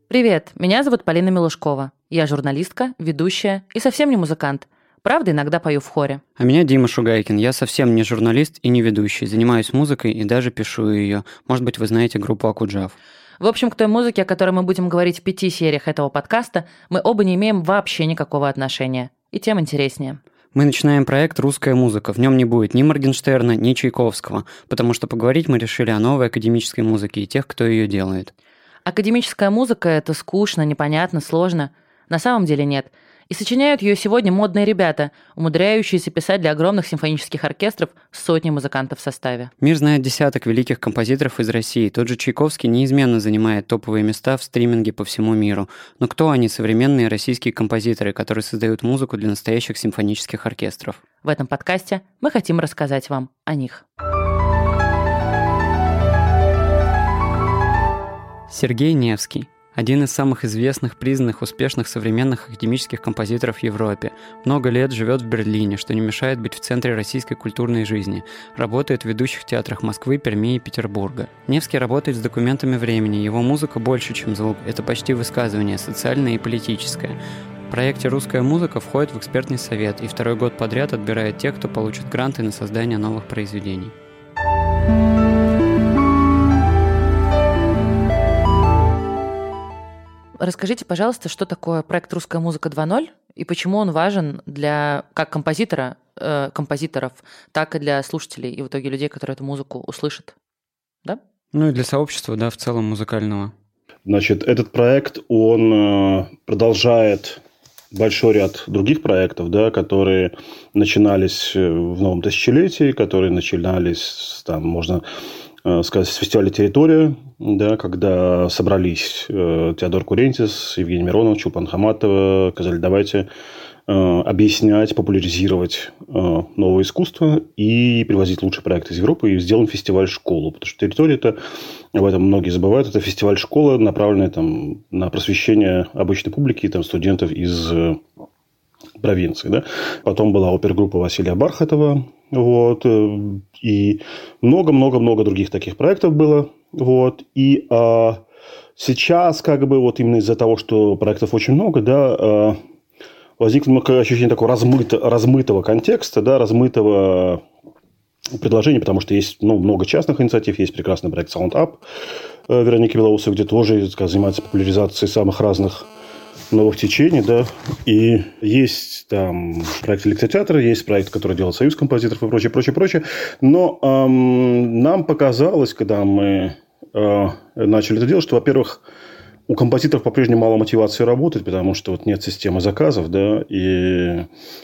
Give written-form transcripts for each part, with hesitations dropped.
Привет, меня зовут Полина Милушкова. Я журналистка, ведущая и совсем не музыкант. Правда, иногда пою в хоре. А меня Дима Шугайкин. Я совсем не журналист и не ведущий. Занимаюсь музыкой и даже пишу ее. Может быть, вы знаете группу Акуджав. В общем, к той музыке, о которой мы будем говорить в 5 сериях этого подкаста, мы оба не имеем вообще никакого отношения. И тем интереснее. Мы начинаем проект «Русская музыка». В нем не будет ни Моргенштерна, ни Чайковского, потому что поговорить мы решили о новой академической музыке и тех, кто ее делает. Академическая музыка – это скучно, непонятно, сложно. На самом деле нет. И сочиняют ее сегодня модные ребята, умудряющиеся писать для огромных симфонических оркестров с сотней музыкантов в составе. Мир знает десяток великих композиторов из России. Тот же Чайковский неизменно занимает топовые места в стриминге по всему миру. Но кто они, современные российские композиторы, которые создают музыку для настоящих симфонических оркестров? В этом подкасте мы хотим рассказать вам о них. Сергей Невский. Один из самых известных, признанных, успешных современных академических композиторов в Европе. Много лет живет в Берлине, что не мешает быть в центре российской культурной жизни. Работает в ведущих театрах Москвы, Перми и Петербурга. Невский работает с документами времени. Его музыка больше, чем звук. Это почти высказывание, социальное и политическое. В проекте «Русская музыка» входит в экспертный совет и второй год подряд отбирает тех, кто получит гранты на создание новых произведений. Расскажите, пожалуйста, что такое проект «Русская музыка 2.0» и почему он важен для как композиторов, так и для слушателей и в итоге людей, которые эту музыку услышат, да? Ну и для сообщества, да, в целом музыкального. Значит, этот проект, он продолжает большой ряд других проектов, да, которые начинались в новом тысячелетии, которые начинались, там, можно сказать, с фестиваля «Территория», да, когда собрались Теодор Курентис, Евгений Миронов, Чулпан Хаматова, сказали, давайте объяснять, популяризировать новое искусство и привозить лучшие проекты из Европы и сделаем фестиваль-школу. Потому что «Территория» – это, об этом многие забывают, это фестиваль-школа, направленная там, на просвещение обычной публики, там, студентов из провинции. Да? Потом была опергруппа Василия Бархатова. Вот, и много-много-много других таких проектов было. Вот, и сейчас, как бы, вот именно из-за того, что проектов очень много, да, возникло ощущение такого размытого контекста, да, размытого предложения, потому что есть много частных инициатив, есть прекрасный проект Sound Up Вероники Белоусовой, где тоже занимается популяризацией самых разных новых течений, да, и есть там проект электротеатра, есть проект, который делает Союз композиторов и прочее, прочее, прочее, но нам показалось, когда мы начали это делать, что, во-первых, у композиторов по-прежнему мало мотивации работать, потому что вот нет системы заказов, да, и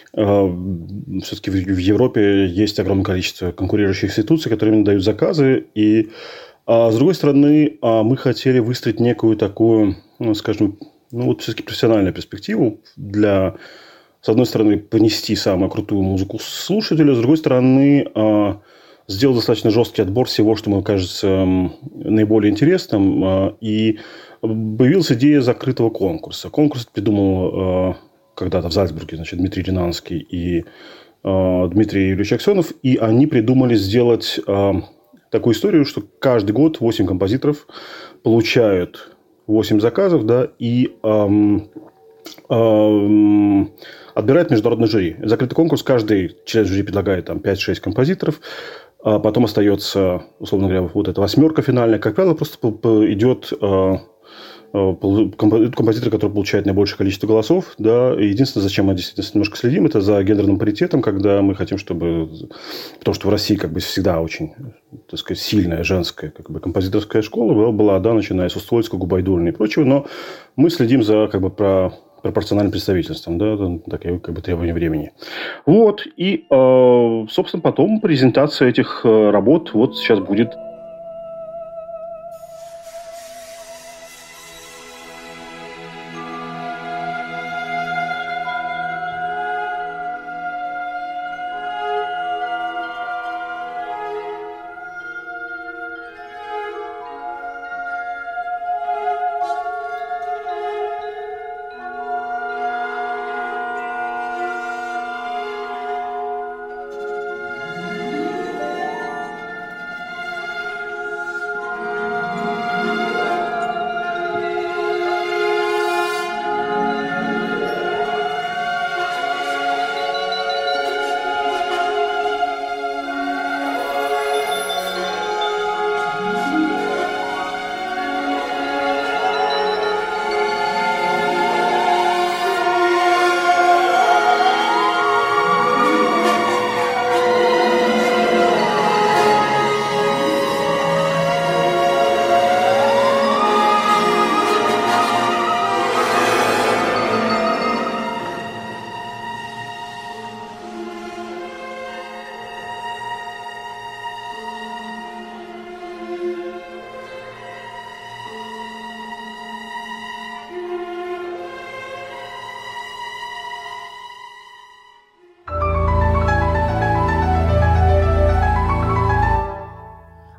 все-таки в Европе есть огромное количество конкурирующих институций, которые именно дают заказы, и с другой стороны, мы хотели выстроить некую такую, скажем, вот все-таки профессиональную перспективу для, с одной стороны, понести самую крутую музыку слушателю, с другой стороны, сделать достаточно жесткий отбор всего, что мне кажется наиболее интересным. И появилась идея закрытого конкурса. Конкурс придумал когда-то в Зальцбурге, значит, Дмитрий Ринанский и Дмитрий Юрьевич Аксенов. И они придумали сделать такую историю, что каждый год 8 композиторов получают 8 заказов, да, и отбирает международный жюри. Закрытый конкурс, каждый член жюри предлагает там 5-6 композиторов, а потом остается, условно говоря, вот эта восьмерка финальная. Как правило, просто идет композитор, который получает наибольшее количество голосов. Да. Единственное, зачем мы действительно немножко следим, это за гендерным паритетом, когда мы хотим, чтобы... Потому что в России как бы всегда очень, так сказать, сильная женская как бы, композиторская школа была, да, начиная с Устольского, Губайдулина и прочего. Но мы следим за как бы, пропорциональным представительством, да, такие как бы требования времени. Вот. И, собственно, потом презентация этих работ вот сейчас будет.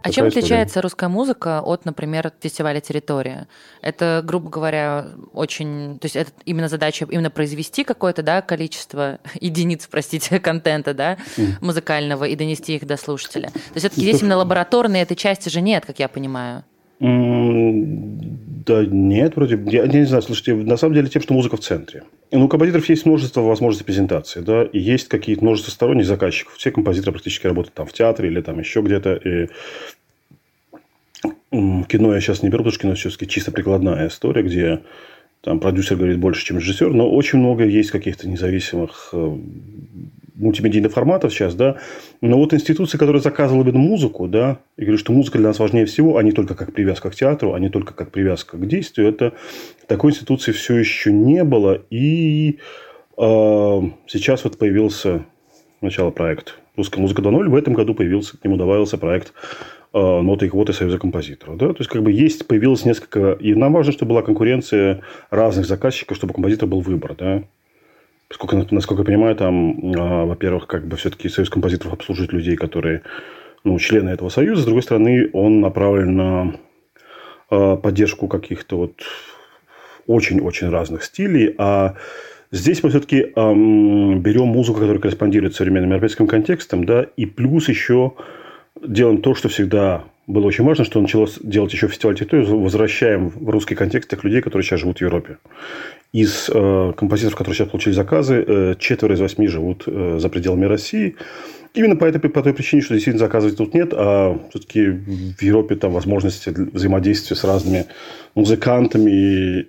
А чем отличается русская музыка от, например, фестиваля «Территория»? Это, грубо говоря, очень... То есть это именно задача именно произвести какое-то, да, количество единиц, простите, контента, да, музыкального и донести их до слушателя. То есть все-таки здесь именно лабораторной этой части же нет, как я понимаю. Да нет, вроде... Я не знаю, слушайте, на самом деле тем, что музыка в центре. У композиторов есть множество возможностей презентации, да, и есть какие-то множество сторонних заказчиков. Все композиторы практически работают там в театре или там еще где-то. И кино я сейчас не беру, потому что кино все-таки чисто прикладная история, где там продюсер говорит больше, чем режиссер, но очень много есть каких-то независимых мультимедийных форматов сейчас, да. Но вот институции, которые заказывали бы музыку, да, и говорят, что музыка для нас важнее всего, а не только как привязка к театру, а не только как привязка к действию, это такой институции все еще не было. И сейчас вот появился сначала проект «Русская музыка 2.0», в этом году появился, к нему добавился проект «Ноты и квоты Союза композиторов». Да? То есть, как бы появилось несколько... И нам важно, чтобы была конкуренция разных заказчиков, чтобы у композитора был выбор, да. Поскольку, насколько я понимаю, там, во-первых, как бы все-таки Союз композиторов обслуживает людей, которые, члены этого союза. С другой стороны, он направлен на поддержку каких-то вот очень-очень разных стилей. А здесь мы все-таки берем музыку, которая корреспондирует с современным европейским контекстом, да, и плюс еще делаем то, что всегда было очень важно, что началось делать еще фестиваль «Территория», возвращаем в русский контекст тех людей, которые сейчас живут в Европе. Из композиторов, которые сейчас получили заказы, 4 из 8 живут за пределами России. Именно по той причине, что действительно заказывать тут нет, а все-таки в Европе там возможности взаимодействия с разными музыкантами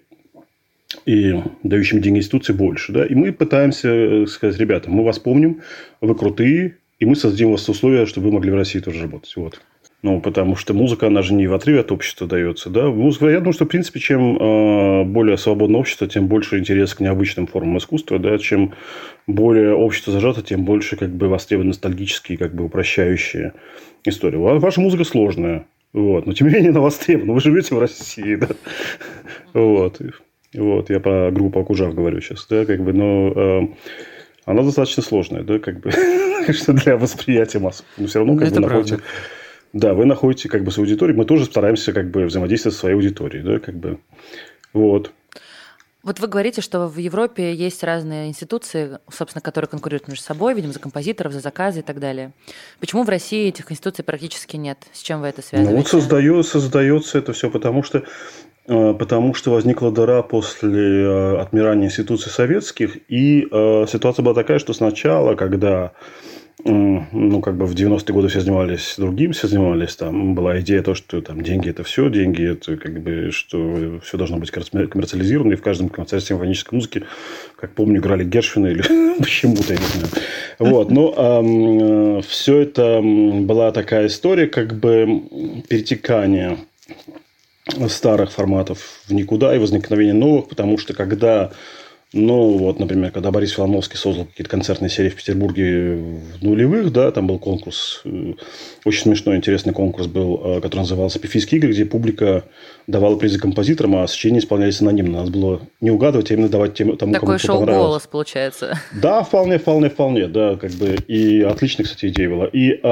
и дающими деньги институции больше. Да? И мы пытаемся сказать: ребята, мы вас помним, вы крутые, и мы создадим у вас условия, чтобы вы могли в России тоже работать. Вот. Потому что музыка, она же не в отрыве от общества дается. Да? Музыка, я думаю, что, в принципе, чем более свободное общество, тем больше интерес к необычным формам искусства. Да? Чем более общество зажато, тем больше как бы востребованы ностальгические, как бы упрощающие истории. Ваша музыка сложная. Вот. Но, тем не менее, она востребована. Вы живете в России. Да? Вот. Я про группу «Акужав» говорю сейчас. Да? Как бы, но она достаточно сложная. Да? Как бы, что для восприятия масс. Но все равно как бы находите... Да, вы находите как бы свою аудиторию. Мы тоже стараемся как бы взаимодействовать со своей аудиторией. Да, как бы. Вот. Вот вы говорите, что в Европе есть разные институции, собственно, которые конкурируют между собой, видимо, за композиторов, за заказы и так далее. Почему в России этих институций практически нет? С чем вы это связываете? Создается это все потому что возникла дыра после отмирания институций советских. И ситуация была такая, что сначала, когда... как бы в 90-е годы все занимались, там была идея то, что там деньги это все, деньги это как бы, что все должно быть коммерциализировано, и в каждом концерте симфонической музыки, как помню, играли Гершвина или почему-то, я не знаю. Вот, но все это была такая история, как бы перетекания старых форматов в никуда и возникновение новых, потому что когда... например, когда Борис Филоновский создал какие-то концертные серии в Петербурге в нулевых, да, там был конкурс, очень смешной, интересный конкурс был, который назывался «Пифийские игры», где публика давала призы композиторам, а сочинения исполнялись анонимно. Надо было не угадывать, а именно давать тому, кому понравилось. Такой шоу-голос, получается. Да, вполне, да, как бы, и отличная, кстати, идея была.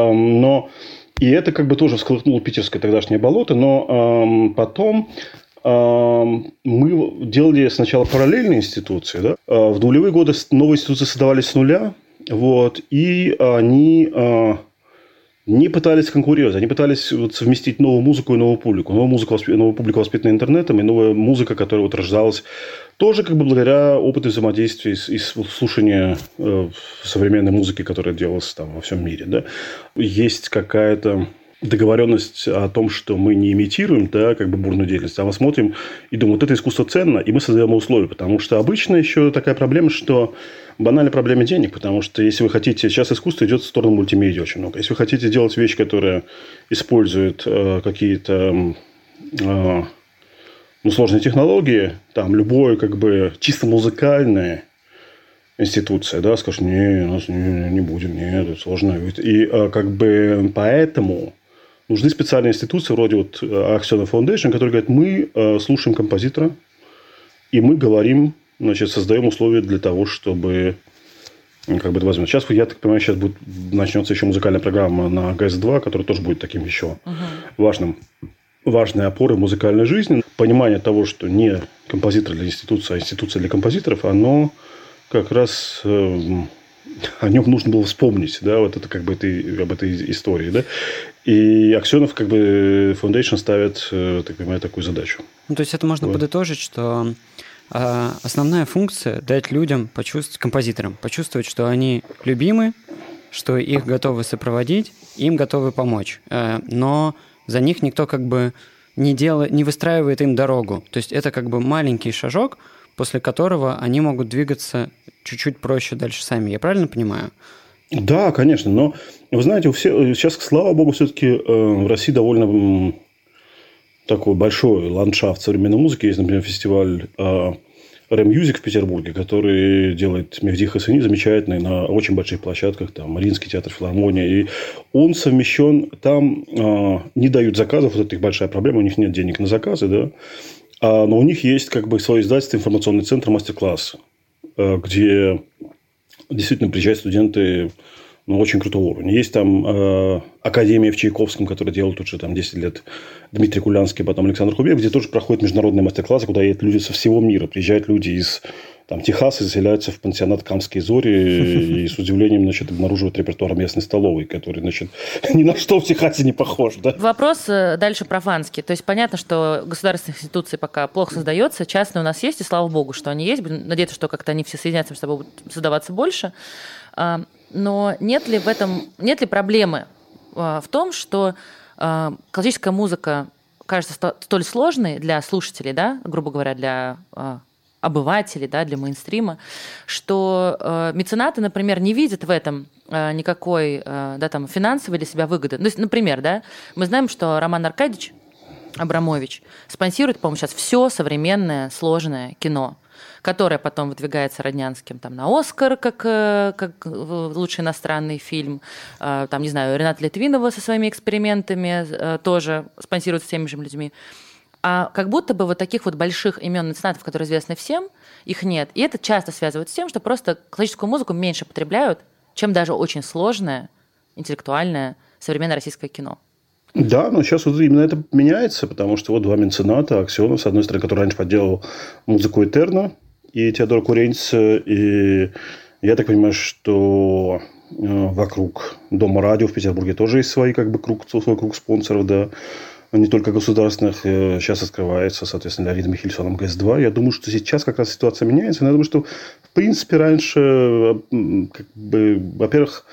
И это как бы тоже всколыхнуло питерское тогдашнее болото, но потом... мы делали сначала параллельные институции. Да? В нулевые годы новые институции создавались с нуля. Вот, и они не пытались конкурировать. Они пытались совместить новую музыку и новую публику. Новую публику, воспитанную интернетом, и новая музыка, которая рождалась тоже как бы благодаря опыту взаимодействия и слушания современной музыки, которая делалась там во всем мире. Да? Есть какая-то договоренность о том, что мы не имитируем, да, как бы бурную деятельность, а мы смотрим и думаем, вот это искусство ценно, и мы создаем условия. Потому что обычно еще такая проблема, что банальная проблема денег, потому что если вы хотите... Сейчас искусство идет в сторону мультимедиа очень много. Если вы хотите делать вещь, которая использует какие-то сложные технологии, там любое как бы чисто музыкальное институция, да, скажет: не будем, нет, это сложно. И как бы поэтому нужны специальные институции, вроде вот Axioma Foundation, которые говорят: мы слушаем композитора, и мы говорим, значит, создаем условия для того, чтобы как бы это возможно. Сейчас, я так понимаю, сейчас начнется еще музыкальная программа на ГС-2, которая тоже будет таким еще важной опорой музыкальной жизни. Понимание того, что не композитор для институции, а институция для композиторов, оно как раз о нем нужно было вспомнить, да, вот это как бы об этой истории, да. И Аксенов, как бы, Foundation ставит, так понимаю, такую задачу. Ну, то есть это можно подытожить, что основная функция – дать людям почувствовать, композиторам, почувствовать, что они любимы, что их готовы сопроводить, им готовы помочь. Но за них никто как бы не выстраивает им дорогу. То есть это как бы маленький шажок, после которого они могут двигаться чуть-чуть проще дальше сами. Я правильно понимаю? Да, конечно. Но, вы знаете, сейчас, слава богу, все-таки в России довольно такой большой ландшафт современной музыки. Есть, например, фестиваль Рэм-Мьюзик в Петербурге, который делает Мехди Хасани замечательный на очень больших площадках, там Мариинский театр, филармония. И он совмещен, там не дают заказов, вот это их большая проблема, у них нет денег на заказы, да. Но у них есть как бы свое издательство, информационный центр, мастер-класс, где действительно приезжают студенты очень крутого уровня. Есть там Академия в Чайковском, которая делает уже там 10 лет Дмитрий Кулянский, потом Александр Хубеев, где тоже проходят международные мастер-классы, куда едут люди со всего мира. Приезжают люди из Техаса, заселяются в пансионат «Камские зори» и с удивлением, обнаруживают репертуар местной столовой, который, ни на что в Техасе не похож. Да? Вопрос дальше про фанский. То есть, понятно, что государственные институции пока плохо создаются, частные у нас есть, и слава богу, что они есть. Будем надеяться, что как-то они все соединятся между собой, будут создаваться больше. Но нет ли проблемы в том, что классическая музыка кажется столь сложной для слушателей, да, грубо говоря, для обывателей, да, для мейнстрима, что меценаты, например, не видят в этом никакой финансовой для себя выгоды. То есть, например, да, мы знаем, что Роман Аркадьевич Абрамович спонсирует, по-моему, сейчас все современное сложное кино, которое потом выдвигается Роднянским на «Оскар» как лучший иностранный фильм. Рената Литвинова со своими экспериментами тоже спонсируется теми же людьми. А как будто бы таких больших имен меценатов, которые известны всем, их нет. И это часто связывают с тем, что просто классическую музыку меньше потребляют, чем даже очень сложное, интеллектуальное, современное российское кино. Да, но сейчас именно это меняется, потому что два мецената, Аксенов, с одной стороны, который раньше подделал музыку Этерна, и Теодор Куренц, и я так понимаю, что вокруг Дома радио в Петербурге тоже есть свой круг спонсоров, да, не только государственных. Сейчас открывается, соответственно, Леонидом Михельсоном ГС-2. Я думаю, что сейчас как раз ситуация меняется. Но я думаю, что, в принципе, раньше, во-первых,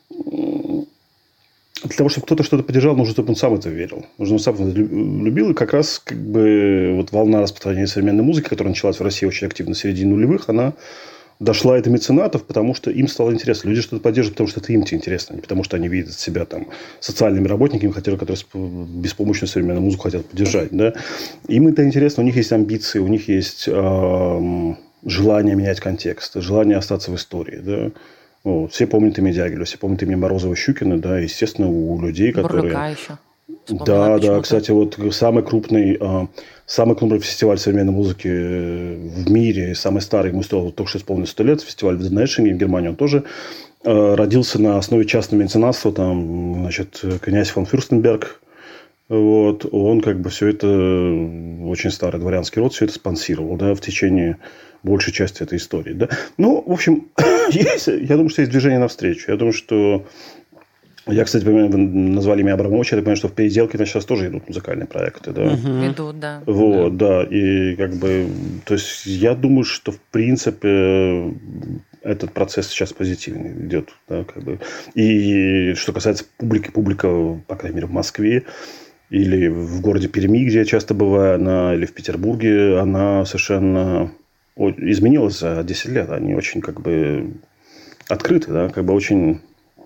для того, чтобы кто-то что-то поддержал, нужно, чтобы он сам это верил. Нужно, он сам это любил. И как раз волна распространения современной музыки, которая началась в России очень активно в середине нулевых, она дошла до меценатов, потому что им стало интересно. Люди что-то поддерживают, потому что это им интересно, не потому что они видят себя социальными работниками, которые беспомощную современную музыку хотят поддержать. Да? Им это интересно, у них есть амбиции, у них есть желание менять контекст, желание остаться в истории. Да? Все помнят имя Дягилева, все помнят имя Морозова-Щукина, да, естественно, у людей, которые... Бурлюка еще. Да, кстати, самый крупный фестиваль современной музыки в мире, самый старый, ему стало только что исполнилось 100 лет, фестиваль в Денешинге в Германии, он тоже родился на основе частного меценатства, князь фон Фюрстенберг, он все это, очень старый дворянский род, все это спонсировал, да, в течение большей части этой истории, да. В общем, я думаю, что есть движение навстречу, я думаю, что... Я, кстати, понимаю, вы назвали имя Абрамовича, я понимаю, что в переделке сейчас тоже идут музыкальные проекты, да? Идут, да. Да, и то есть, я думаю, что, в принципе, этот процесс сейчас позитивный идет, да, И что касается публики, публика, по крайней мере, в Москве или в городе Перми, где я часто бываю, или в Петербурге, она совершенно изменилась за 10 лет. Они очень, открыты, да, очень...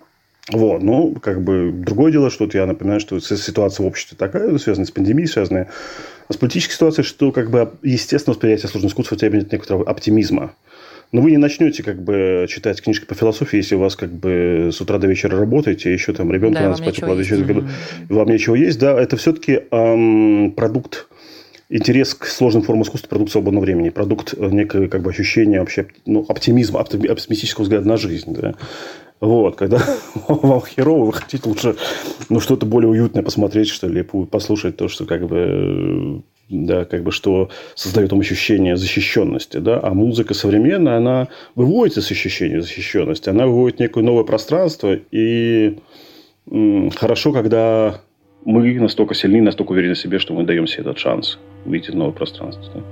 другое дело, что я напоминаю, что ситуация в обществе такая, связанная с пандемией, связанная с политической ситуацией, что, естественно, восприятие сложного искусства требует некоторого оптимизма. Но вы не начнете, читать книжки по философии, если у вас, с утра до вечера работаете, еще ребенка надо спать укладывать, вам нечего есть, да, это все-таки продукт интерес к сложным формам искусства – продукт свободного времени, продукт некое как бы ощущение вообще оптимизма, оптимистического взгляда на жизнь. Да. Вот, когда вам херово, вы хотите лучше что-то более уютное посмотреть, что ли, послушать то, что как бы, да, как бы, что создает вам ощущение защищенности, да, а музыка современная, она выводит из ощущения защищенности, она выводит некое новое пространство, и хорошо, когда мы настолько сильны, настолько уверены в себе, что мы даем себе этот шанс выйти в новое пространство. Да.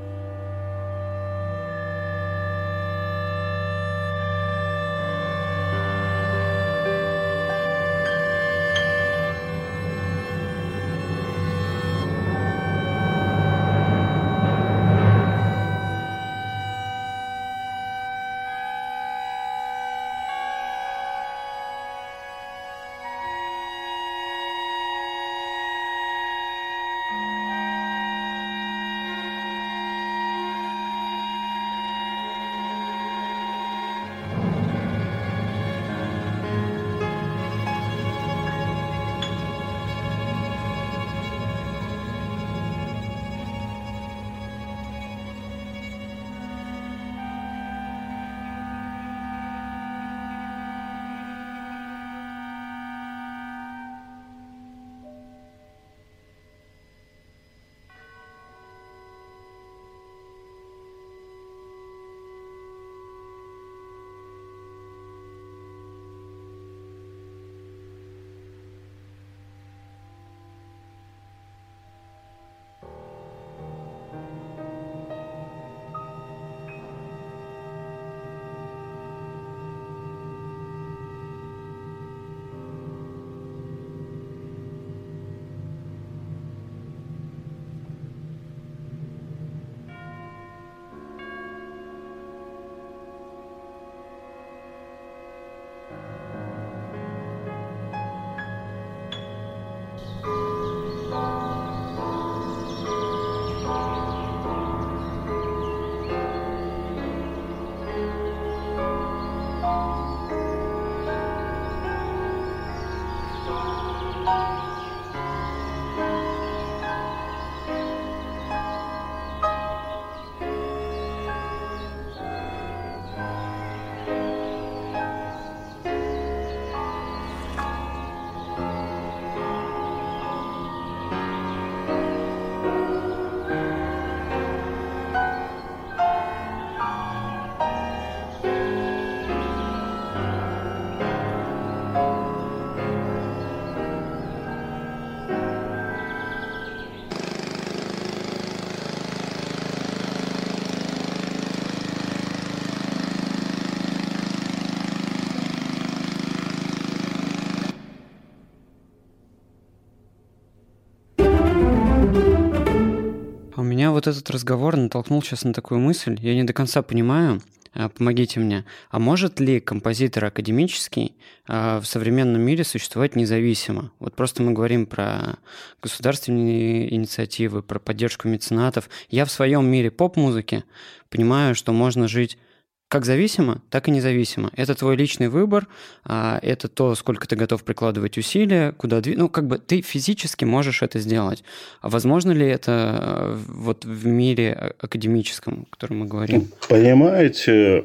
Вот этот разговор натолкнул сейчас на такую мысль, я не до конца понимаю, помогите мне. А может ли композитор академический в современном мире существовать независимо? Вот просто мы говорим про государственные инициативы, про поддержку меценатов. Я в своем мире поп-музыки понимаю, что можно жить как зависимо, так и независимо. Это твой личный выбор, это то, сколько ты готов прикладывать усилия, куда как бы ты физически можешь это сделать. А возможно ли это вот в мире академическом, о котором мы говорим? Понимаете,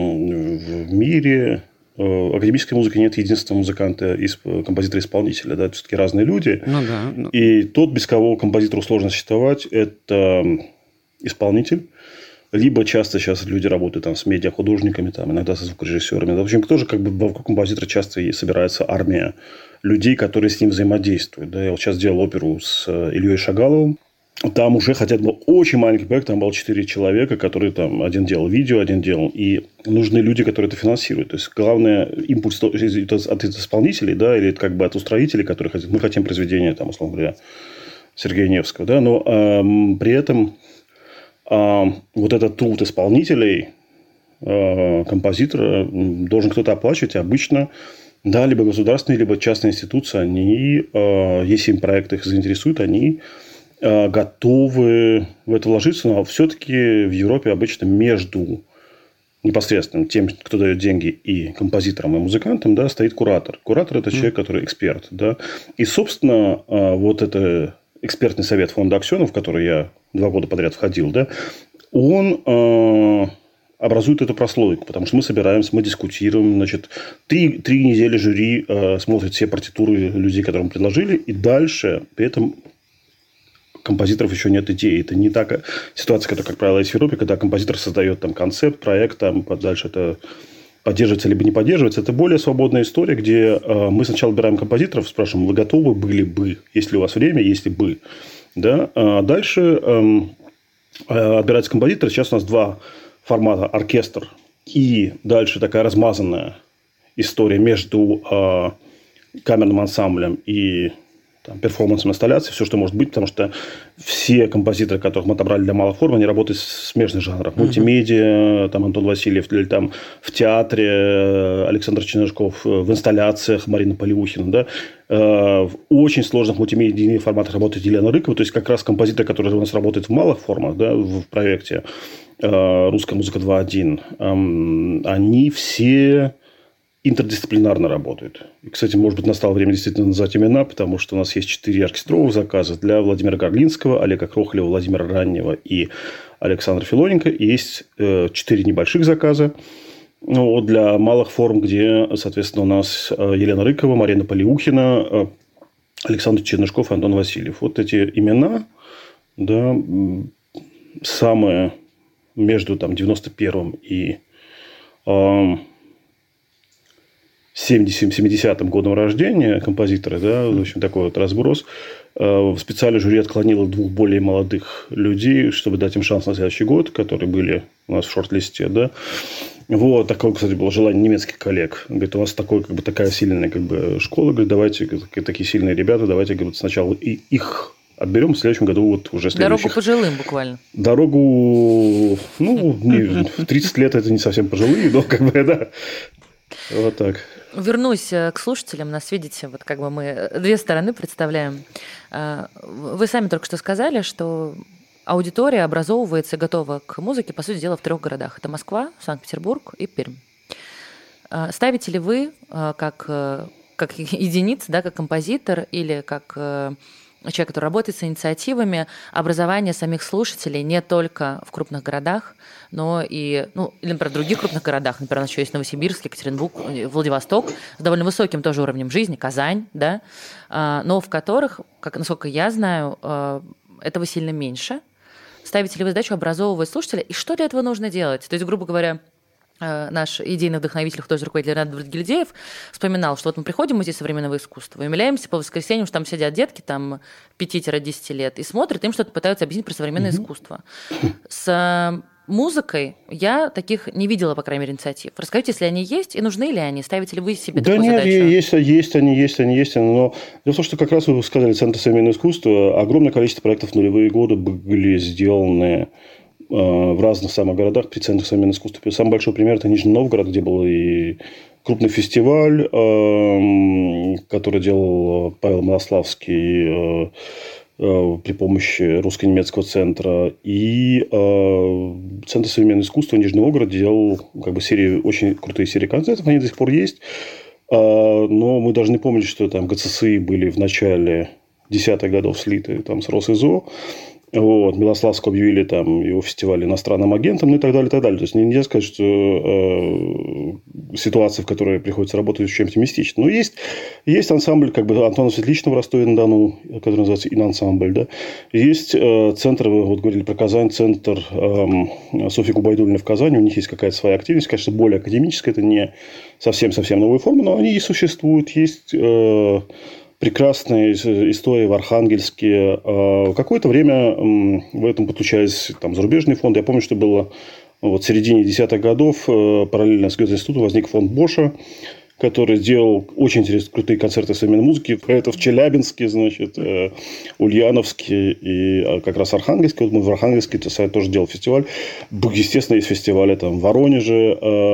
в мире академической музыки нет единственного музыканта, композитора-исполнителя. Да? Это все-таки разные люди. Ну да. И тот, без кого композитору сложно существовать, это исполнитель. Либо часто сейчас люди работают там с медиахудожниками, там, иногда со звукорежиссерами. В общем, тоже как бы вокруг композитора часто и собирается армия людей, которые с ним взаимодействуют. Да, я вот сейчас делал оперу с Ильей Шагаловым. Там уже, хотя это был очень маленький проект, там было 4 человека, которые там один делал видео, один делал. И нужны люди, которые это финансируют. То есть, главное, импульс от исполнителей, да, или как бы от устроителей, которые хотят. Мы хотим произведения, там, условно говоря, Сергея Невского. Да, но при этом вот этот труд исполнителей, композитора должен кто-то оплачивать. И обычно, да, либо государственные, либо частные институции, они, если им проект их заинтересует, они готовы в это вложиться. Но все-таки в Европе обычно между непосредственно тем, кто дает деньги, и композиторам, и музыкантам, да, стоит куратор. Куратор – это человек, который эксперт. Да? И, собственно, вот это экспертный совет фонда Аксенов, в который я 2 года подряд входил, да, он образует эту прослойку, потому что мы собираемся, мы дискутируем, значит, 3 недели жюри смотрит все партитуры людей, которым мы предложили, и дальше при этом композиторов еще нет идеи. Это не та ситуация, которая, как правило, есть в Европе, когда композитор создает там концепт, проект, там дальше это поддерживается либо не поддерживается. Это более свободная история, где мы сначала выбираем композиторов, спрашиваем, вы готовы были бы, есть ли у вас время, если бы. Да? А дальше отбирается композитор. Сейчас у нас 2 формата: оркестр и дальше такая размазанная история между камерным ансамблем и перформансом, инсталляцией, все, что может быть, потому что все композиторы, которых мы отобрали для малых форм, они работают в смежных жанрах. Мультимедиа, там Антон Васильев, или там в театре Александр Чернышков, в инсталляциях Марина Полиухина, да. В очень сложных мультимедийных форматах работает Елена Рыкова, то есть как раз композиторы, которые у нас работают в малых формах, да, в проекте «Русская музыка 2.1», они все интердисциплинарно работают. И, кстати, может быть, настало время действительно назвать имена, потому что у нас есть 4 оркестровых заказа для Владимира Горлинского, Олега Крохлева, Владимира Раннего и Александра Филоненко. И есть 4 небольших заказа для малых форм, где, соответственно, у нас Елена Рыкова, Марина Полиухина, Александр Чернышков и Антон Васильев. Вот эти имена, да, самые между 91-м и 70-м годом рождения композиторы, да, в общем, такой вот разброс. Специально жюри отклонило 2 более молодых людей, чтобы дать им шанс на следующий год, которые были у нас в шорт-листе, да. Вот, такое, кстати, было желание немецких коллег. Говорит, у вас такая сильная школа, говорит, давайте, такие сильные ребята, давайте, говорит, сначала их отберем, в следующем году вот уже следующих. Дорогу пожилым буквально. Дорогу, в 30 лет это не совсем пожилые, но да. Вот так. Вернусь к слушателям. Нас, видите, вот как бы мы 2 стороны представляем. Вы сами только что сказали, что аудитория образовывается и готова к музыке, по сути дела, в 3 городах. Это Москва, Санкт-Петербург и Пермь. Ставите ли вы как единица, да, как композитор или как человек, который работает с инициативами, образование самих слушателей не только в крупных городах, но и, или, например, в других крупных городах. Например, у нас еще есть Новосибирск, Екатеринбург, Владивосток с довольно высоким тоже уровнем жизни, Казань, да, но в которых, насколько я знаю, этого сильно меньше. Ставите ли вы задачу образовывать слушателя, и что для этого нужно делать? То есть, грубо говоря, наш идейный вдохновитель, художественный руководитель Ренат Бурдгильдеев вспоминал, что вот мы приходим в музей современного искусства и умиляемся по воскресеньям, что там сидят детки там 5-10 лет и смотрят, им что-то пытаются объяснить про современное искусство. С музыкой я таких не видела, по крайней мере, инициатив. Расскажите, если они есть, и нужны ли они? Ставите ли вы себе такую задачу? Да нет, есть они. Но дело в том, что как раз вы сказали, Центр современного искусства, огромное количество проектов в нулевые годы были сделаны в разных самых городах при центрах современного искусства. Самый большой пример – это Нижний Новгород, где был и крупный фестиваль, который делал Павел Малославский при помощи русско-немецкого центра. И Центр современного искусства Нижний Новгород делал очень крутые серии концертов. Они до сих пор есть. Но мы должны помнить, что там ГЦСИ были в начале 10-х годов слиты там, с Росизо. Вот, Милославского объявили там его фестиваль иностранным агентом, и так далее, и так далее. То есть нельзя сказать, что ситуация, в которой приходится работать, чем-то оптимистична. Но есть ансамбль Антона Светличного в Ростове-на-Дону, который называется «Инансамбль». Да? Есть центр, вы вот говорили про Казань, центр Софьи Губайдуллиной в Казани. У них есть какая-то своя активность, конечно, более академическая. Это не совсем-совсем новая форма, но они и существуют. Есть прекрасная история в Архангельске. Какое-то время в этом подключались зарубежные фонды. Я помню, что было в середине 10-х годов параллельно с Гёте-институтом возник фонд Боша, который сделал очень интересные, крутые концерты современной музыки. Это в Челябинске, Ульяновске и как раз Архангельске. Вот мы в Архангельске тоже делал фестиваль. Естественно, есть фестивали в Воронеже,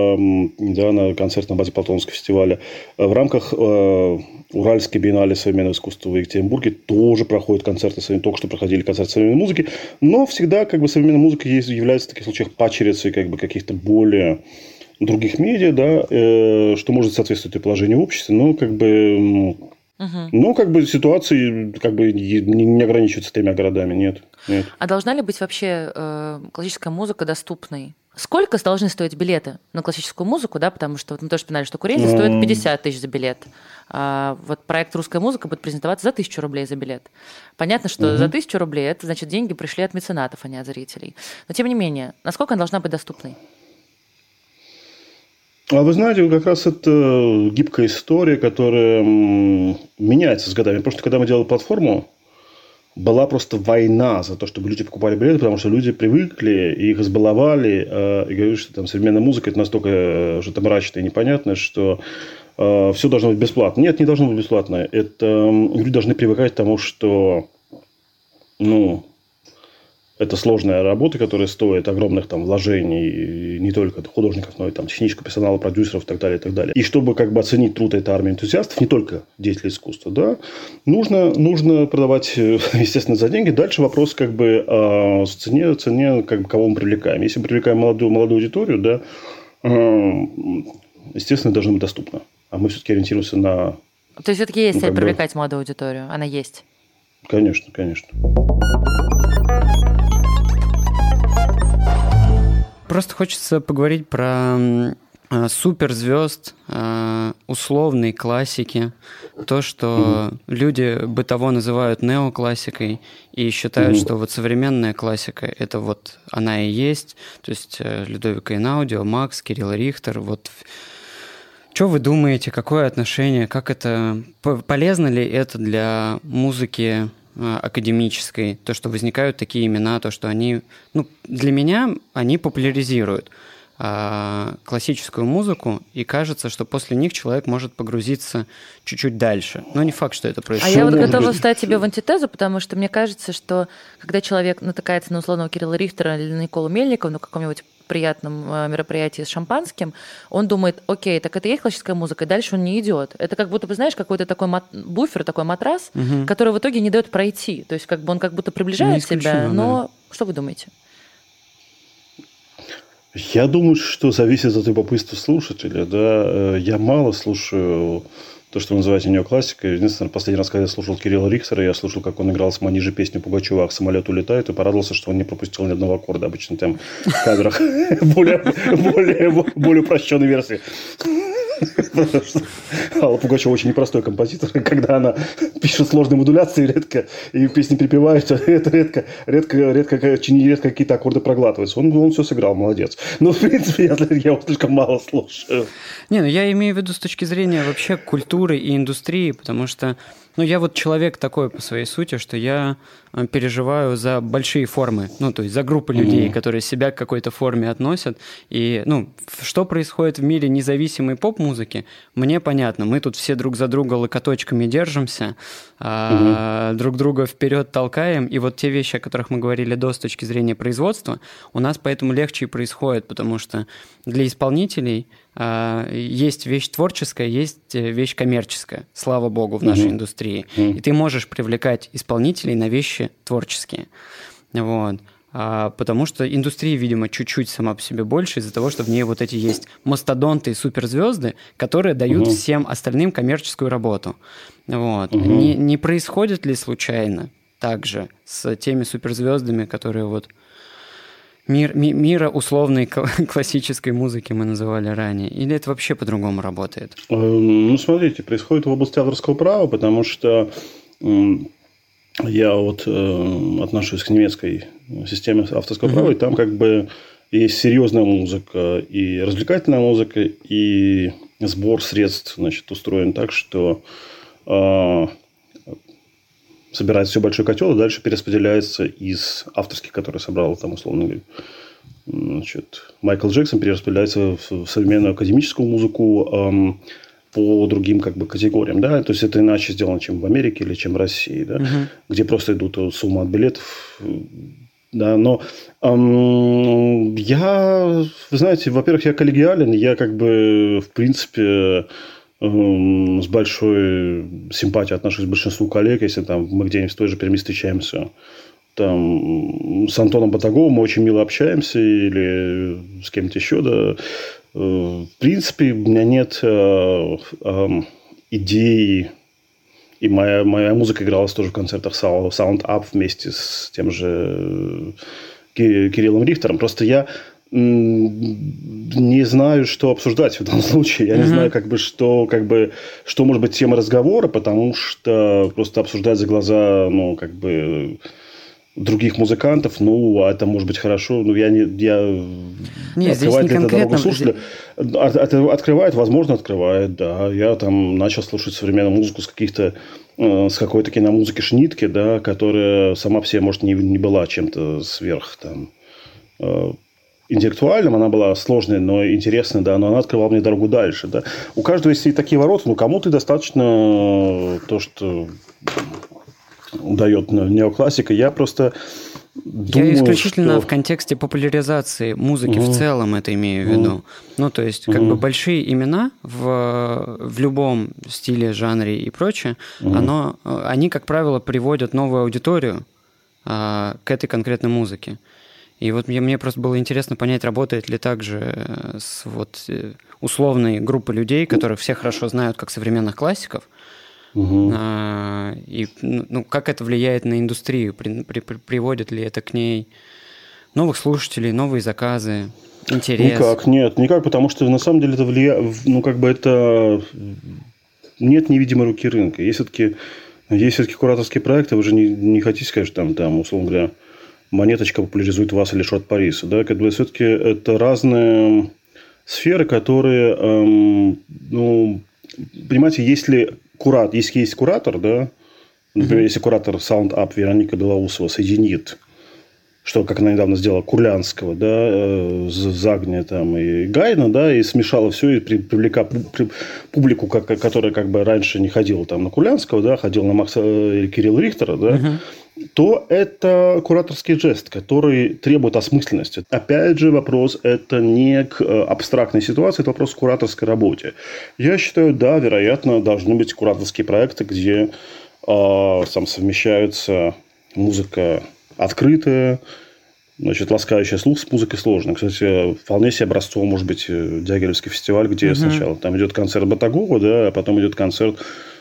на концертном базе Платоновского фестиваля. В рамках Уральской биеннале современного искусства в Екатеринбурге тоже проходят концерты, только что проходили концерты современной музыки. Но всегда современная музыка является в таких случаях падчерицей каких-то более других медиа, да, что может соответствовать и положению в обществе, но Ну, как бы ситуации как бы не ограничиваются 3 городами, нет. А должна ли быть вообще классическая музыка доступной? Сколько должны стоить билеты на классическую музыку, да, потому что вот мы тоже вспоминали, что курение стоит 50 тысяч за билет. А вот проект «Русская музыка» будет презентоваться за 1000 рублей за билет. Понятно, что за 1000 рублей это значит деньги пришли от меценатов, а не от зрителей. Но тем не менее, насколько она должна быть доступной? А вы знаете, как раз это гибкая история, которая меняется с годами. Потому что когда мы делали платформу, была просто война за то, чтобы люди покупали билеты, потому что люди привыкли, их избаловали, и говорили, что там современная музыка это настолько что-то мрачное и непонятное, что все должно быть бесплатно. Нет, не должно быть бесплатно. Это люди должны привыкать к тому, что это сложная работа, которая стоит огромных там вложений, не только от художников, но и там технического персонала, продюсеров и так далее, и так далее. И чтобы как бы оценить труд этой армии энтузиастов, не только деятелей искусства, да, нужно продавать, естественно, за деньги. Дальше вопрос как бы о цене как бы кого мы привлекаем. Если мы привлекаем молодую аудиторию, да, естественно, должно быть доступно. А мы все-таки ориентируемся на... То есть все-таки есть цель привлекать молодую аудиторию? Она есть? Конечно, конечно. Просто хочется поговорить про суперзвезд, условной классики, то, что люди бытово называют неоклассикой и считают, что вот современная классика – это вот она и есть, то есть Людовико Эйнаудио, Макс, Кирилл Рихтер, вот. Что вы думаете, какое отношение, как это, полезно ли это для музыки академической, то, что возникают такие имена, то, что они, для меня они популяризируют классическую музыку, и кажется, что после них человек может погрузиться чуть-чуть дальше. Но не факт, что это происходит. А я вот готова встать тебе в антитезу, потому что мне кажется, что когда человек натыкается на условного Кирилла Рихтера или на Николу Мельникова на каком-нибудь приятном мероприятии с шампанским, он думает, окей, так это и есть классическая музыка, и дальше он не идет. Это как будто, знаешь, какой-то такой буфер, такой матрас, который в итоге не дает пройти. То есть как бы он как будто приближает себя, но да. Что вы думаете? Я думаю, что зависит от любопытства слушателя. Да? Я мало слушаю то, что вы называете неоклассикой. Единственное, последний раз, когда я слушал Кирилла Рихтера, я слушал, как он играл с Манижи песню Пугачева «Ах, самолет улетает», и порадовался, что он не пропустил ни одного аккорда. Обычно там в кадрах более упрощенной версии. Алла Пугачева очень непростой композитор. Когда она пишет сложные модуляции, редко и песни припевает, редко какие-то аккорды проглатываются. Он все сыграл, молодец. Но, в принципе, я его слишком мало слушаю. Я имею в виду с точки зрения вообще культуры и индустрии, потому что я вот человек такой по своей сути, что я переживаю за большие формы, то есть за группы людей, которые себя к какой-то форме относят. И, что происходит в мире независимой поп-музыки, мне понятно. Мы тут все друг за друга локоточками держимся, друг друга вперед толкаем. И вот те вещи, о которых мы говорили с точки зрения производства, у нас поэтому легче и происходит, потому что для исполнителей есть вещь творческая, есть вещь коммерческая, слава богу, в нашей индустрии. И ты можешь привлекать исполнителей на вещи творческие. Вот. Потому что индустрия, видимо, чуть-чуть сама по себе больше из-за того, что в ней вот эти есть мастодонты и суперзвезды, которые дают всем остальным коммерческую работу. Вот. Не происходит ли случайно так же с теми суперзвездами, которые вот мира условной классической музыки мы называли ранее? Или это вообще по-другому работает? Смотрите, происходит в области авторского права, потому что я вот отношусь к немецкой системе авторского права, и там как бы есть серьезная музыка и развлекательная музыка, и сбор средств, устроен так, что собирается все большой котел, и дальше перераспределяется из авторских, которые собрал там условно Майкл Джексон, перераспределяется в современную академическую музыку по другим как бы категориям, да, то есть это иначе сделано, чем в Америке или чем в России, да, где просто идут суммы от билетов, да, но вы знаете, во-первых, я коллегиален, я как бы в принципе с большой симпатией отношусь к большинству коллег, если там мы где-нибудь в той же Перми встречаемся, там с Антоном Батаговым мы очень мило общаемся или с кем-то еще, да. В принципе, у меня нет идей И моя музыка игралась тоже в концертах Sound Up вместе с тем же Кириллом Рихтером. Просто я не знаю, что обсуждать в данном случае. Я не знаю, что может быть тема разговора, потому что просто обсуждать за глаза, других музыкантов, это может быть хорошо. Нет, здесь не конкретно. Открывает, да. Я там начал слушать современную музыку с какой-то киномузыки Шнитке, да, которая сама по себе, может, не была чем-то сверх там интеллектуальным, она была сложной, но интересной, да, но она открывала мне дорогу дальше, да. У каждого есть и такие ворота, кому-то достаточно то, что дает неоклассика. Я просто думаю, я исключительно в контексте популяризации музыки в целом это имею в виду. То есть, большие имена в любом стиле, жанре и прочее, они, как правило, приводят новую аудиторию к этой конкретной музыке. И вот мне просто было интересно понять, работает ли так же с условной группой людей, которых все хорошо знают как современных классиков, и как это влияет на индустрию, приводит ли это к ней новых слушателей, новые заказы, интерес? Никак, потому что на самом деле это влияет, это нет невидимой руки рынка. Есть все-таки кураторские проекты, вы же не хотите сказать, что там условно говоря, Монеточка популяризует вас или Шот Париса. Да? Все-таки это разные сферы, которые, понимаете, если есть куратор, да, например, если куратор Sound Up Вероника Белоусова соединит, что, как она недавно сделала, Курлянского, да, Загня там, и Гайна, да, и смешала все, и привлекла публику, которая раньше не ходила там на Курлянского, да, ходила на Макса или Кирилла Рихтера, да, то это кураторский жест, который требует осмысленности. Опять же, вопрос это не к абстрактной ситуации, это вопрос к кураторской работе. Я считаю, да, вероятно, должны быть кураторские проекты, где совмещаются музыка открытая, ласкающая слух с музыкой сложной. Кстати, вполне себе образцово может быть Дягилевский фестиваль, где сначала там идет концерт Батагова, да, а потом идет концерт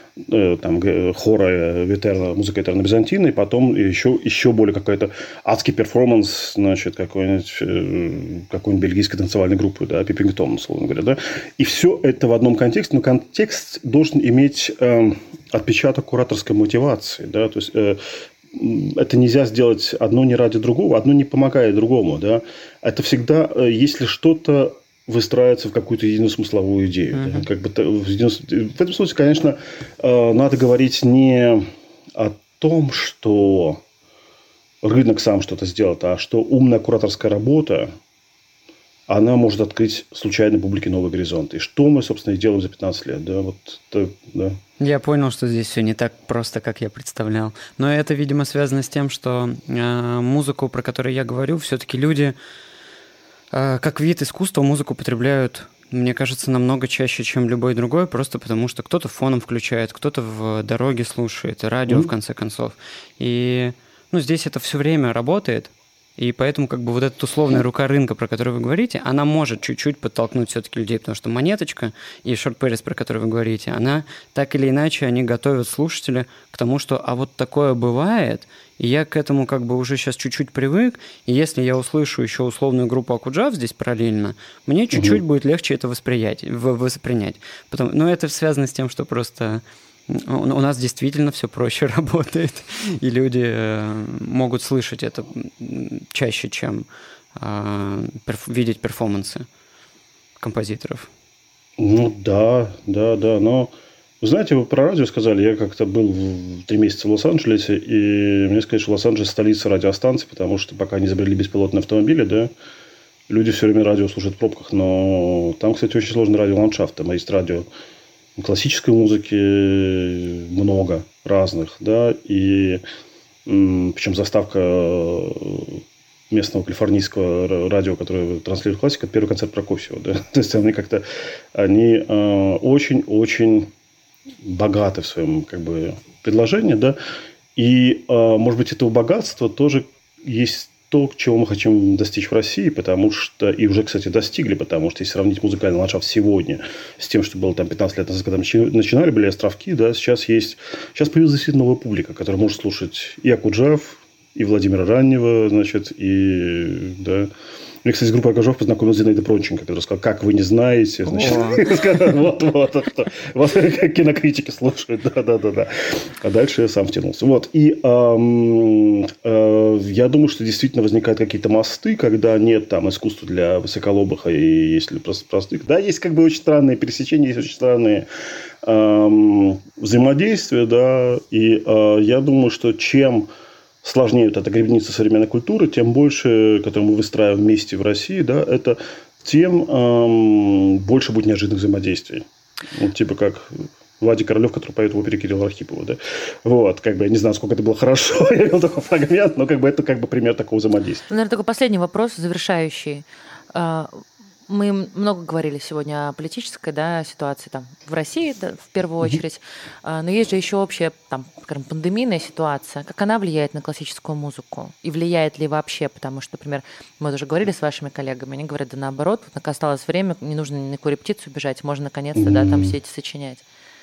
хора музыка Этерно-Византина, и потом еще более какой-то адский перформанс, какой-нибудь бельгийской танцевальной группы, да, Пиппингтон, условно говоря, да. И все это в одном контексте, но контекст должен иметь отпечаток кураторской мотивации, да, то есть это нельзя сделать одно не ради другого, одно не помогает другому, да. Это всегда, если что-то выстраивается в какую-то единую смысловую идею. Да? В этом случае, конечно, надо говорить не о том, что рынок сам что-то сделает, а что умная кураторская работа, она может открыть случайной публике новый горизонт. И что мы, собственно, и делаем за 15 лет. Да? Да. Я понял, что здесь все не так просто, как я представлял. Но это, видимо, связано с тем, что музыку, про которую я говорю, все-таки люди как вид искусства музыку потребляют, мне кажется, намного чаще, чем любой другой, просто потому что кто-то фоном включает, кто-то в дороге слушает, радио, в конце концов. И здесь это все время работает, и поэтому вот эта условная рука рынка, про которую вы говорите, она может чуть-чуть подтолкнуть все-таки людей, потому что Монеточка и Шот Парис, про который вы говорите, она так или иначе, они готовят слушателя к тому, что вот такое бывает, и я к этому уже сейчас чуть-чуть привык, и если я услышу еще условную группу Акуджав здесь параллельно, мне чуть-чуть будет легче это воспринять. Но это связано с тем, что просто у нас действительно все проще работает, и люди могут слышать это чаще, чем видеть перформансы композиторов. Да, но вы знаете, вы про радио сказали, я как-то был 3 месяца в Лос-Анджелесе, и мне сказали, что Лос-Анджелес столица радиостанций, потому что пока не изобрели беспилотные автомобили, да, люди все время радио слушают в пробках, но там, кстати, очень сложный радиоландшафт, там есть радио классической музыки много разных, да, и причем заставка местного калифорнийского радио, которое транслирует классику, это первый концерт Прокофьева, да, то есть они очень-очень богаты в своем предложении, да, и, может быть, этого богатства тоже есть то, чего мы хотим достичь в России, потому что, и уже, кстати, достигли, потому что если сравнить музыкальный ландшафт сегодня с тем, что было там 15 лет назад, когда начинали, были островки, да, сейчас появилась действительно новая публика, которая может слушать и Акуджав, и Владимира Раннего, значит, и, да. Мне, кстати, с группой Акуджав познакомился с Зинаидой Пронченко, которая сказала, как вы не знаете, значит, вот, как кинокритики слушают, да. А дальше я сам втянулся. Вот, и я думаю, что действительно возникают какие-то мосты, когда нет там искусства для высоколобых, и если просто простых. Да, есть как бы очень странные пересечения, есть очень странные взаимодействия, да, и я думаю, что чем сложнее вот эта гребница современной культуры, тем больше, которую мы выстраиваем вместе в России, да, это тем больше будет неожиданных взаимодействий. Вот, типа как Владимир Королев, который поет в опере Кирилла Архипова. Да? Вот, как бы, я не знаю, сколько это было хорошо, я видел такой фрагмент, но как бы, это как бы пример такого взаимодействия. Наверное, только последний вопрос, завершающий. Мы много говорили сегодня о политической, да, ситуации там в России, да, в первую очередь, но есть же еще общая, там, скажем, пандемийная ситуация. Как она влияет на классическую музыку? И влияет ли вообще? Потому что, например, мы уже говорили с вашими коллегами, они говорят, да наоборот, вот осталось время, не нужно ни на какую репетицию бежать, можно наконец-то, да, там сидеть и сочинять.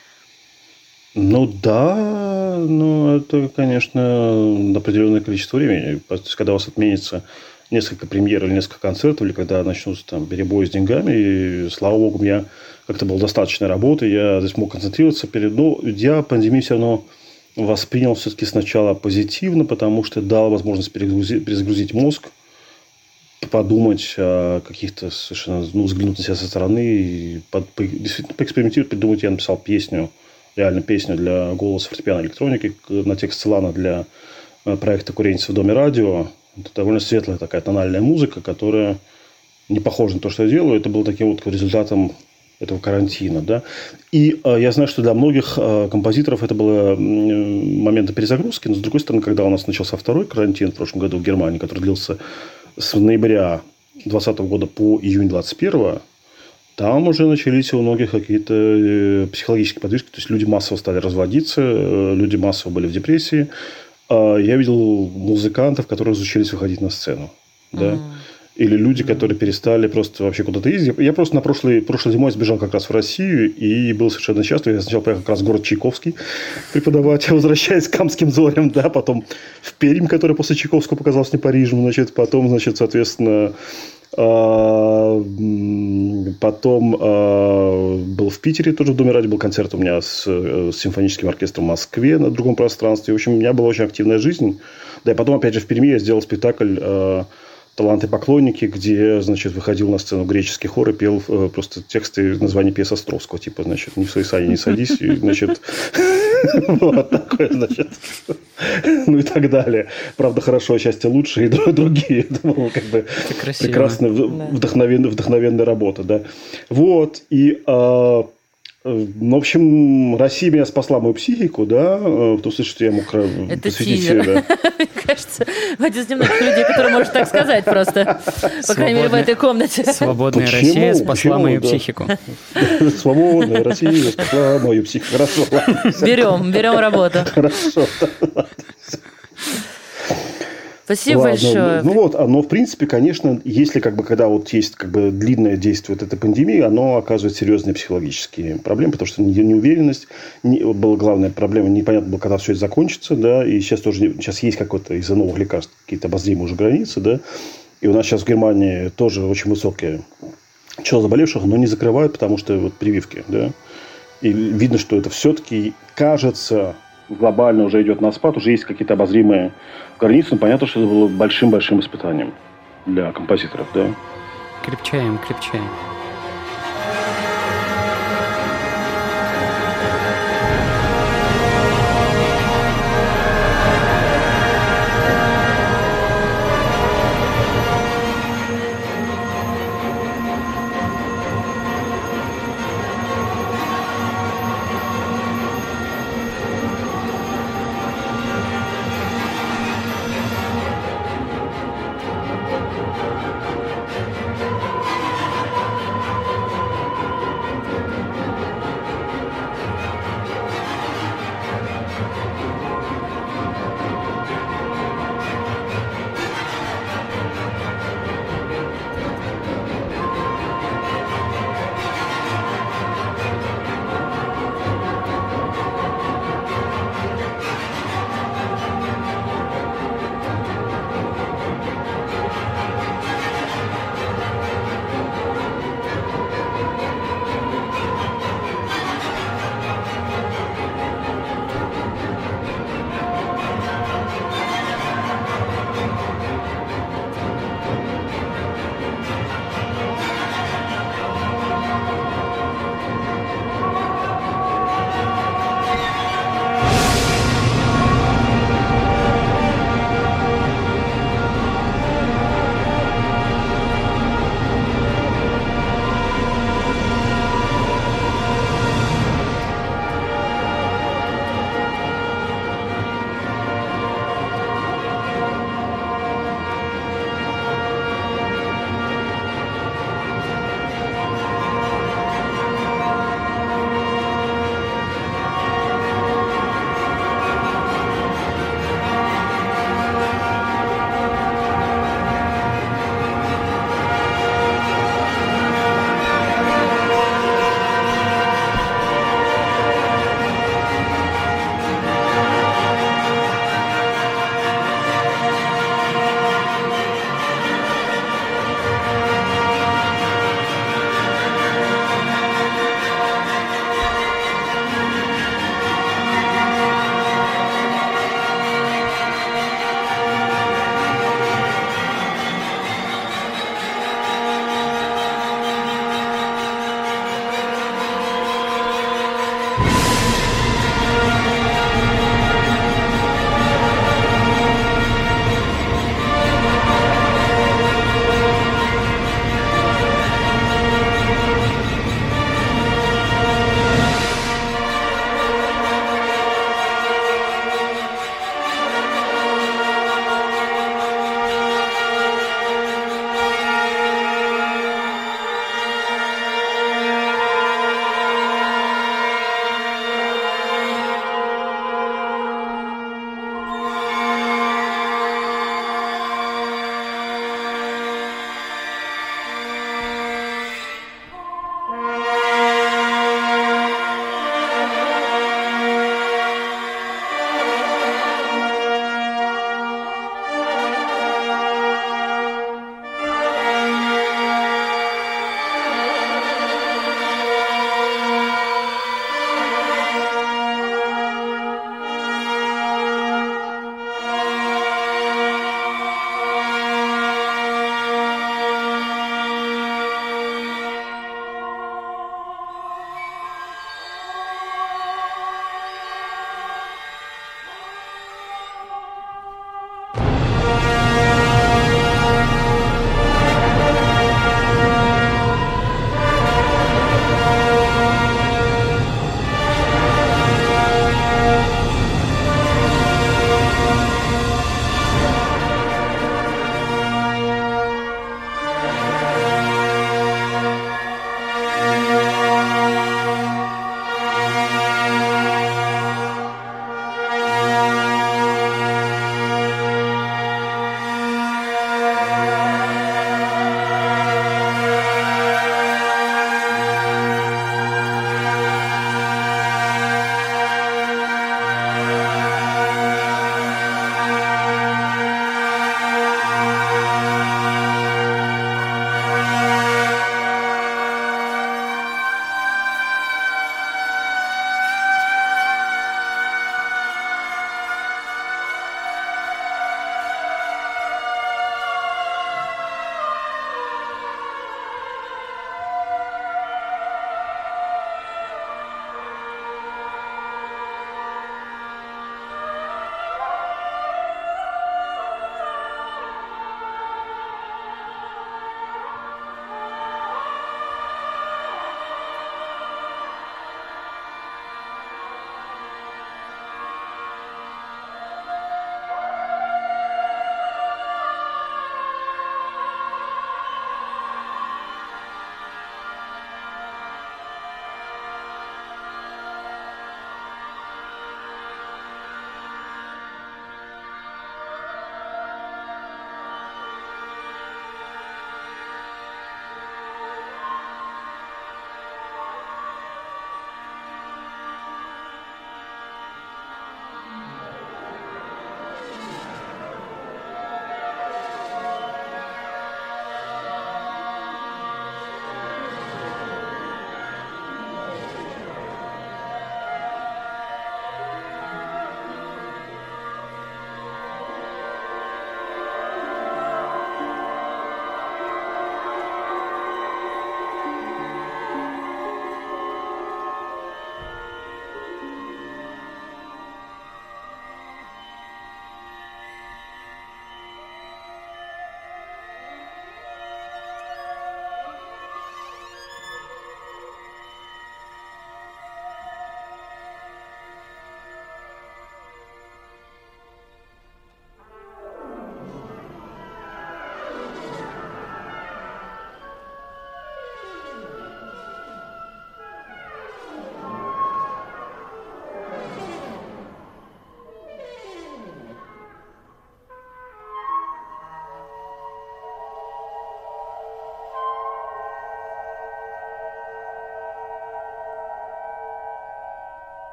Ну да, но это, конечно, определенное количество времени. То есть, когда у вас отменится несколько премьер или несколько концертов, или когда начнутся там перебои с деньгами, и, слава богу, у меня как-то было достаточно работы, я здесь мог концентрироваться но я пандемию все равно воспринял все-таки сначала позитивно, потому что дал возможность перезагрузить мозг, подумать о каких-то совершенно, взглянуть на себя со стороны, и действительно поэкспериментировать, придумать. Я написал реально песню для голоса фортепиано электроники на текст Целана для проекта «Куреница в доме радио». Это довольно светлая такая тональная музыка, которая не похожа на то, что я делаю. Это было таким вот результатом этого карантина. Да? И я знаю, что для многих композиторов это было момент перезагрузки. Но, с другой стороны, когда у нас начался второй карантин в прошлом году в Германии, который длился с ноября 2020 года по июнь 2021, там уже начались у многих какие-то психологические подвижки. То есть, люди массово стали разводиться, люди массово были в депрессии. Я видел музыкантов, которые разучились выходить на сцену. Да? Или люди, которые перестали просто вообще куда-то ездить. Я просто прошлой зимой сбежал как раз в Россию и был совершенно счастлив. Я сначала поехал как раз в город Чайковский преподавать, возвращаясь к Камским зорям, да, потом в Пермь, который после Чайковского показался мне Парижем, значит, потом, значит, соответственно, потом был в Питере, тоже в Доме радио был концерт у меня с симфоническим оркестром в Москве на другом пространстве. В общем, у меня была очень активная жизнь. Да, и потом, опять же, в Перми я сделал спектакль «Таланты поклонники», где, значит, выходил на сцену греческий хор и пел просто тексты названий пьес Островского. Типа, значит, «Не в своей сани не садись». И, значит, вот такое, значит. Ну и так далее. Правда, хорошо, а счастье лучше, и другие. Это было как бы прекрасная, вдохновенная работа. Да. Вот. И, в общем, Россия меня спасла мою психику, да, в том смысле, что я мог посвятить себе. Да. Мне кажется, один из немногих людей, который может так сказать просто. По крайней мере, в этой комнате. Свободная Россия спасла мою психику. Свободная Россия спасла мою психику. Хорошо. Берем работу. Хорошо. Спасибо большое. Ну вот, но в принципе, конечно, если когда вот есть длинное действие этой пандемии, оно оказывает серьезные психологические проблемы, потому что неуверенность, была главная проблема, непонятно было, когда все это закончится, да, и сейчас есть какое-то из-за новых лекарств какие-то обозримые уже границы, да, и у нас сейчас в Германии тоже очень высокие число заболевших, но не закрывают, потому что вот прививки, да, и видно, что это все-таки кажется глобально уже идет на спад, уже есть какие-то обозримые границы, но понятно, что это было большим-большим испытанием для композиторов, да. Крепчаем.